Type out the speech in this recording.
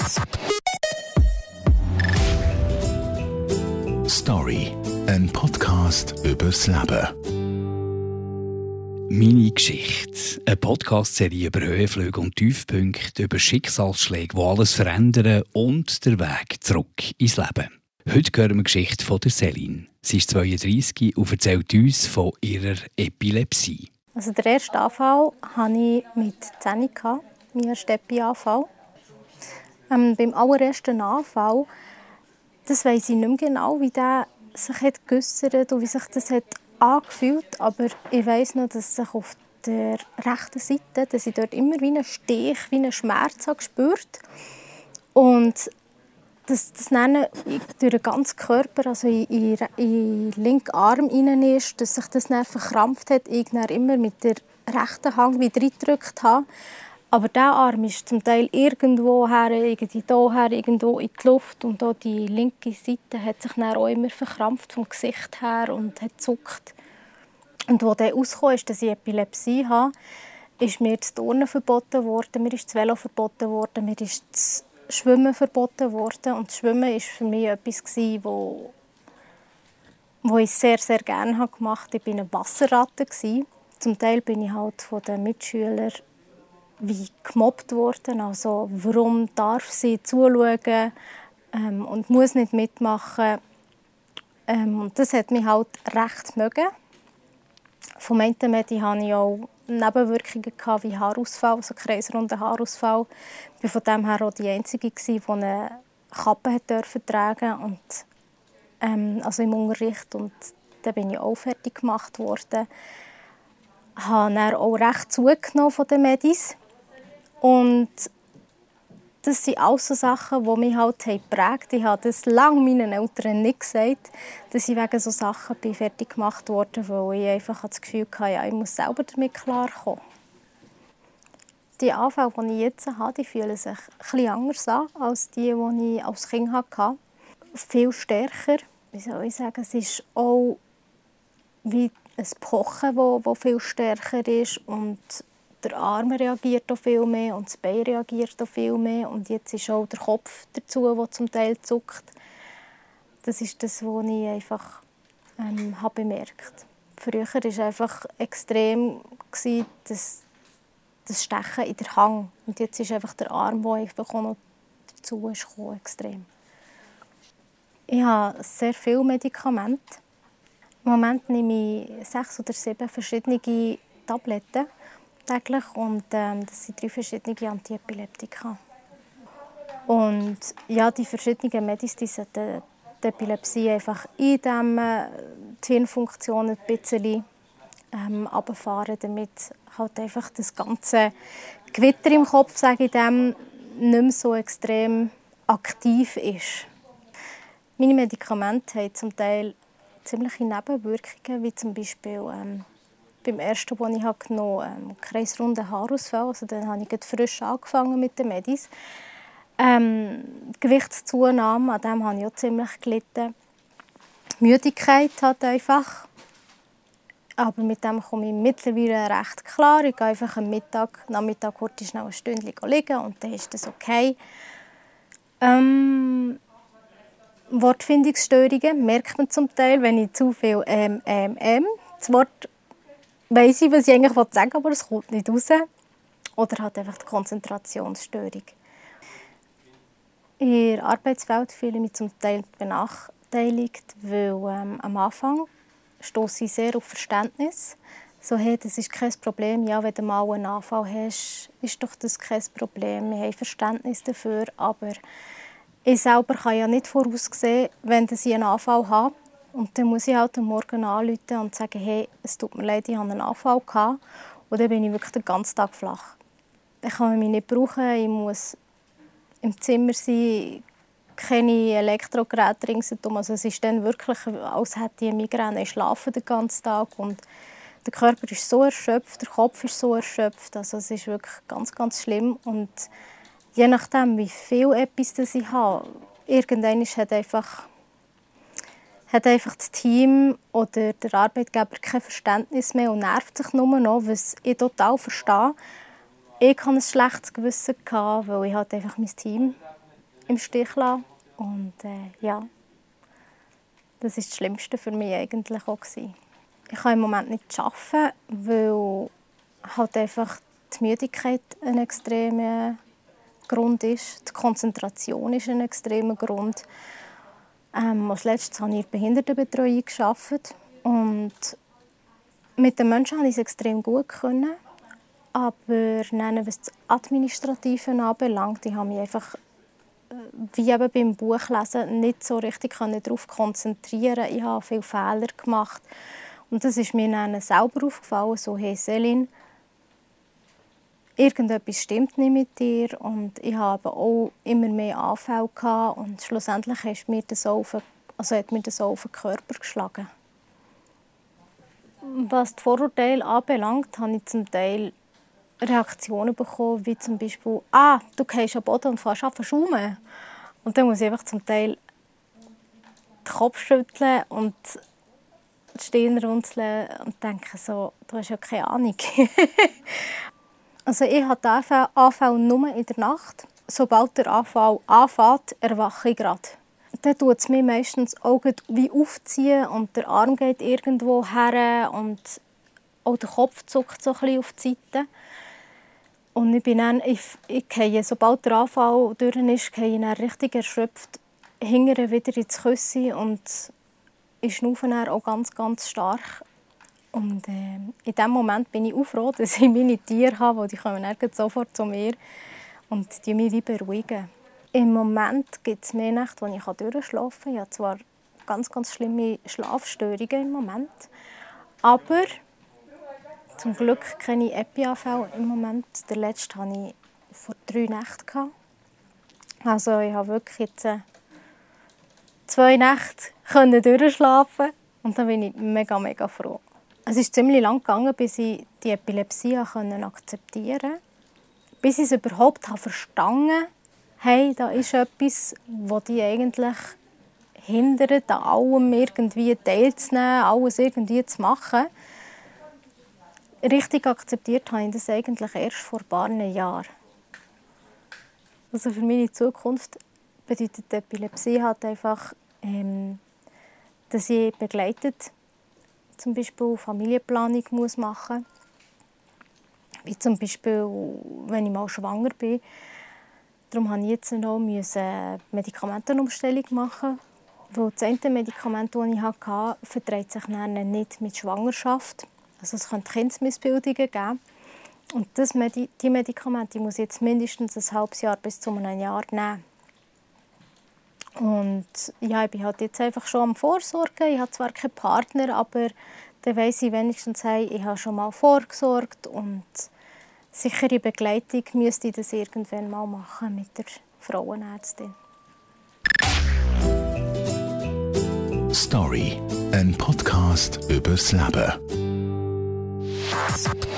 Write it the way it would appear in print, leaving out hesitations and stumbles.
Story, ein Podcast übers Leben. Meine Geschichte. Eine Podcast-Serie über Höhenflüge und Tiefpunkte, über Schicksalsschläge, die alles verändern und der Weg zurück ins Leben. Heute hören wir die Geschichte von der Céline. Sie ist 32 und erzählt uns von ihrer Epilepsie. Also den ersten Anfall hatte ich mit 10, mein erster Epi-Anfall. Beim allerersten Anfall, das weiss ich nicht mehr genau, wie der sich hat geäussert und wie sich das hat angefühlt. Aber ich weiss noch, dass sich auf der rechten Seite, dass ich dort immer wie einen Stich, wie einen Schmerz habe gespürt. Und dass das dann durch den ganzen Körper, also in den linken Arm hinein ist, dass sich das dann verkrampft hat, ich dann immer mit der rechten Hand wieder reingedrückt habe. Aber dieser Arm ist zum Teil irgendwo her, irgendwo in die Luft. Und auch die linke Seite hat sich dann auch immer verkrampft vom Gesicht her und hat gezuckt. Und als dann rauskam, dass ich Epilepsie habe, ist mir das Turnen verboten worden, mir ist das Velo verboten worden, mir ist das Schwimmen verboten worden. Und das Schwimmen war für mich etwas, was ich sehr, sehr gerne gemacht habe. Ich war eine Wasserratte. Zum Teil bin ich halt von den Mitschülern wie gemobbt worden. Also, warum darf sie zuschauen und muss nicht mitmachen. Und das hat mich halt recht mögen. Vom Medi hatte ich auch Nebenwirkungen wie Haarausfall, also kreisrunden Haarausfall. Ich war von dem her auch die Einzige, die eine Kappe tragen durfte. Also im Unterricht. Und dann bin ich auch fertig gemacht worden. Ich habe dann auch recht zugenommen von den Medis. Und das sind alles so Sachen, die mich halt geprägt haben. Ich habe das lange meinen Eltern nicht gesagt, dass ich wegen so Sachen fertig gemacht wurde, weil ich einfach das Gefühl hatte, ja, ich muss selber damit klarkommen. Die Anfälle, die ich jetzt habe, die fühlen sich etwas anders an als die ich als Kind hatte. Viel stärker. Wie soll ich sagen, es ist auch wie ein Pochen, das viel stärker ist. Und der Arm reagiert auch viel mehr und das Bein reagiert auch viel mehr. Und jetzt ist auch der Kopf dazu, der zum Teil zuckt. Das ist das, was ich einfach habe bemerkt. Früher war es einfach extrem, das Stechen in der Hand. Und jetzt ist einfach der Arm, der einfach auch noch dazu ist, extrem. Ich habe sehr viele Medikamente. Im Moment nehme ich 6 oder 7 verschiedene Tabletten täglich und das sind 3 verschiedene Antiepileptika. Und ja, die verschiedenen Medis, die sollten die Epilepsie einfach eindämmen, die Hirnfunktion ein bisschen runterfahren, damit halt einfach das ganze Gewitter im Kopf, sage ich dem, nicht mehr so extrem aktiv ist. Meine Medikamente haben zum Teil ziemliche Nebenwirkungen, wie zum Beispiel beim ersten, den ich genommen habe, kreisrunden Haarausfall. Also dann habe ich frisch angefangen mit den Medis. Gewichtszunahme, an dem habe ich auch ziemlich gelitten. Müdigkeit hat einfach. Aber mit dem komme ich mittlerweile recht klar. Ich gehe einfach am Nachmittag kurz schnell eine Stunde liegen und dann ist das okay. Wortfindungsstörungen merkt man zum Teil, wenn ich zu viel das Wort weiss ich, was ich eigentlich sagen will, aber es kommt nicht raus. Oder hat einfach die Konzentrationsstörung. In der Arbeitswelt fühle ich mich zum Teil benachteiligt, weil am Anfang stosse ich sehr auf Verständnis. So, hey, das ist kein Problem. Ja, wenn du mal einen Anfall hast, ist doch das kein Problem. Wir haben Verständnis dafür, aber ich selber kann ja nicht voraussehen, wenn ich einen Anfall habe. Und dann muss ich halt am Morgen anrufen und sagen, hey, es tut mir leid, ich hatte einen Anfall. Und dann bin ich wirklich den ganzen Tag flach. Dann kann man mich nicht brauchen, ich muss im Zimmer sein, keine Elektrogeräte ringsherum. Also es ist dann wirklich, als hätte ich eine Migräne. Ich schlafe den ganzen Tag und der Körper ist so erschöpft, der Kopf ist so erschöpft. Also es ist wirklich ganz, ganz schlimm. Und je nachdem, wie viel etwas ich habe, irgendwann hat einfach das Team oder der Arbeitgeber kein Verständnis mehr und nervt sich nur noch, was ich total verstehe. Ich hatte ein schlechtes Gewissen, weil ich halt einfach mein Team im Stich lassen. Und ja, das war das Schlimmste für mich eigentlich auch gewesen. Ich kann im Moment nicht arbeiten, weil halt einfach die Müdigkeit ein extremer Grund ist. Die Konzentration ist ein extremer Grund. Als letztes habe ich in der Behindertenbetreuung gearbeitet. Und mit den Menschen konnte ich es extrem gut können. Aber dann, was das Administrative anbelangt, ich habe mich einfach, wie eben beim Buchlesen, nicht so richtig darauf konzentrieren. Ich habe viele Fehler gemacht. Und das ist mir dann selber aufgefallen, so «Hey Céline, irgendetwas stimmt nicht mit dir». Und ich habe auch immer mehr Anfälle gehabt. Und schlussendlich hat mir das auch auf den Körper geschlagen. Was die Vorurteile anbelangt, habe ich zum Teil Reaktionen bekommen, wie zum Beispiel «Du gehst am Boden und fährst an zu schaumen». Und dann muss ich einfach zum Teil den Kopf schütteln und die Stirn runzeln und denken so, du hast ja keine Ahnung. Also ich habe den Anfall nur in der Nacht. Sobald der Anfall anfängt, erwache ich gerade. Dann tut es mich meistens auch wie aufziehen und der Arm geht irgendwo her und auch der Kopf zuckt so ein bisschen auf die Seite. Und ich gehe, sobald der Anfall durch ist, gehe ich dann richtig erschöpft hinterher wieder ins Küssi und ich schnaufe dann auch ganz, ganz stark. Und in diesem Moment bin ich auch froh, dass ich meine Tiere habe, weil die kommen dann sofort zu mir und die mich wie beruhigen. Im Moment gibt es mehr Nächte, wo ich durchschlafen kann. Ich habe zwar ganz, ganz schlimme Schlafstörungen im Moment, aber zum Glück keine Epi-Anfälle im Moment. Der letzte hatte ich vor 3 Nächten. Also ich habe wirklich jetzt 2 Nächte durchschlafen und dann bin ich mega, mega froh. Es ist ziemlich lang gegangen, bis ich die Epilepsie akzeptieren konnte. Bis ich es überhaupt verstanden habe, hey, da ist etwas, das dich eigentlich hindert, an allem irgendwie teilzunehmen, alles irgendwie zu machen. Richtig akzeptiert habe ich das eigentlich erst vor ein paar Jahren. Also für meine Zukunft bedeutet die Epilepsie halt einfach, dass ich begleitet zum Beispiel Familienplanung machen muss. Wie zum Beispiel, wenn ich mal schwanger bin. Darum musste ich jetzt noch eine Medikamentenumstellung machen. Weil das eine Medikament, das ich hatte, verträgt sich nicht mit Schwangerschaft. Also es könnte Kindsmissbildungen geben. Und die Medikamente muss ich jetzt mindestens ein halbes Jahr bis zu einem Jahr nehmen. Und ja, ich bin halt jetzt einfach schon am Vorsorgen. Ich habe zwar keinen Partner, aber dann weiss ich wenigstens, hey, ich habe schon mal vorgesorgt. Und sichere Begleitung müsste ich das irgendwann mal machen mit der Frauenärztin. Story, ein Podcast übers Leben.